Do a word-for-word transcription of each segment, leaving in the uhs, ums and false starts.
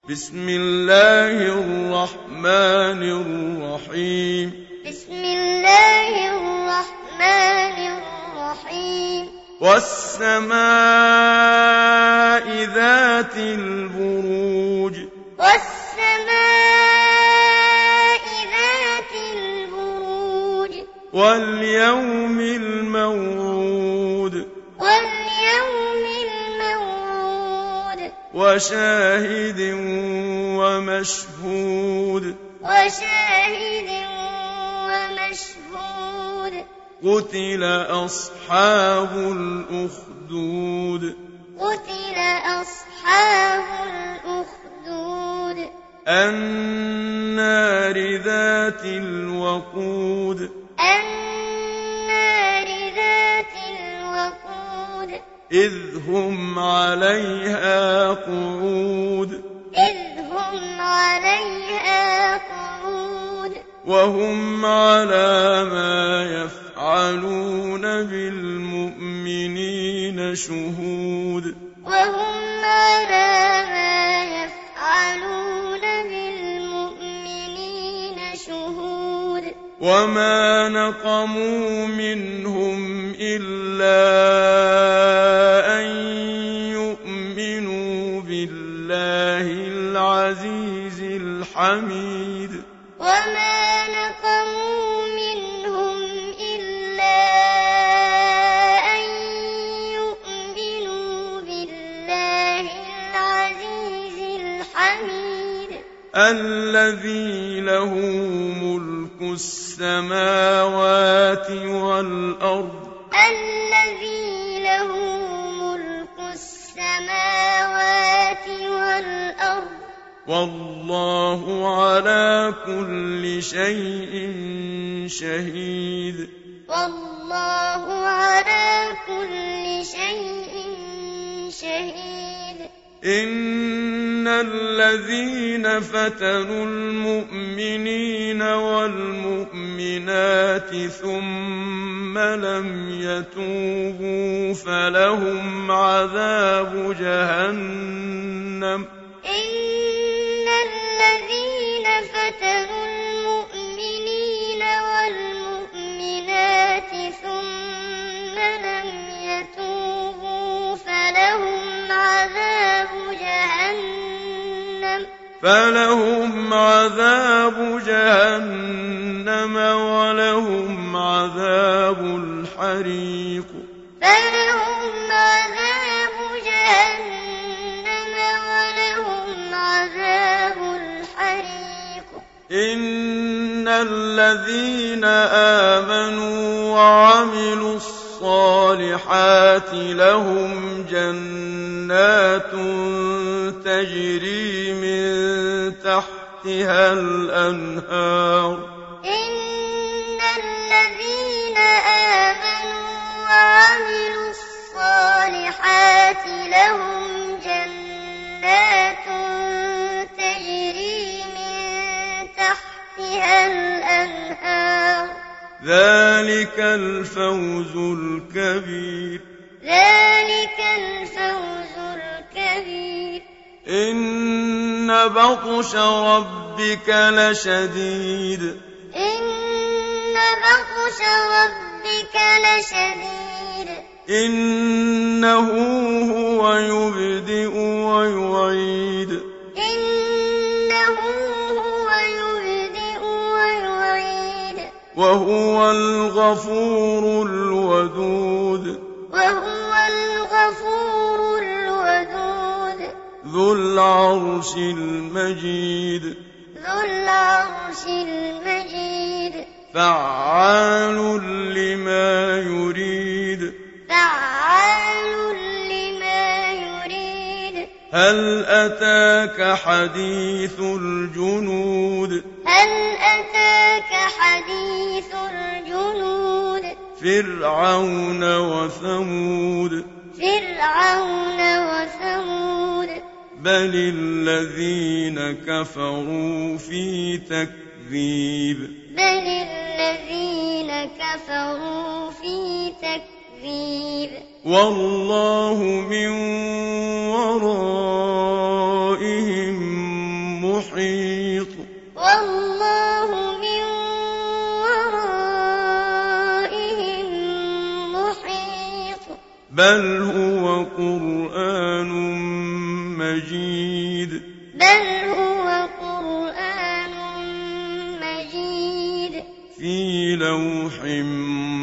بسم الله الرحمن الرحيم بسم الله الرحمن الرحيم والسماء ذات البروج والسماء ذات البروج واليوم الموعود واليوم الموعود وشاهد ومشهود وشاهد ومشهود قتل أصحاب الأخدود قتل أصحاب الأخدود النار ذات الوقود النار ذات الوقود إذ هم عليها قعود إذ هم عليها قعود وهم على ما يفعلون بالمؤمنين شهود وهم على ما يفعلون بالمؤمنين شهود وما نقموا منهم إلا أن يؤمنوا بالله العزيز الحميد وما نقموا منهم إلا أن يؤمنوا بالله العزيز الحميد الذي له ملك السماوات والأرض الذي له ملك السماوات والأرض والله على كل شيء شهيد والله على كل شيء شهيد إن الذين فتنوا المؤمنين والمؤمنات ثم لم يتوبوا فلهم عذاب جهنم إن الذين فتنوا المؤمنين والمؤمنات ثم لم يتوبوا فلهم عذاب جهنم فلهم عذاب جهنم ولهم عذاب الحريق فلهم عذاب جهنم ولهم عذاب الحريق إن الذين آمنوا وعملوا الصالحات لهم جنات تجري من تحتها الأنهار إن الذين آمنوا وعملوا الصالحات لهم جنات تجري من تحتها الأنهار ذلك الفوز الكبير ذلك الفوز الكبير إن بطش ربك لشديد إن بطش ربك لشديد إنه هو يبدئ ويعيد إنه هو يبدئ ويعيد وهو الغفور الودود وهو الغفور الودود ذو العرش المجيد ذو العرش المجيد فعال لما يريد فعال لما يريد هل أتاك حديث الجنود هل أتاك حديث الجنود فرعون وثمود فرعون وثمود بل الذين كفروا في تكذيب بل الذين كفروا في تكذيب والله من ورائهم محيط والله من ورائهم محيط بل هو قرآن مجيد بل هو قرآن مجيد في لوح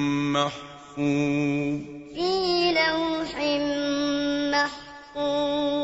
محفوظ في لوح محفوظ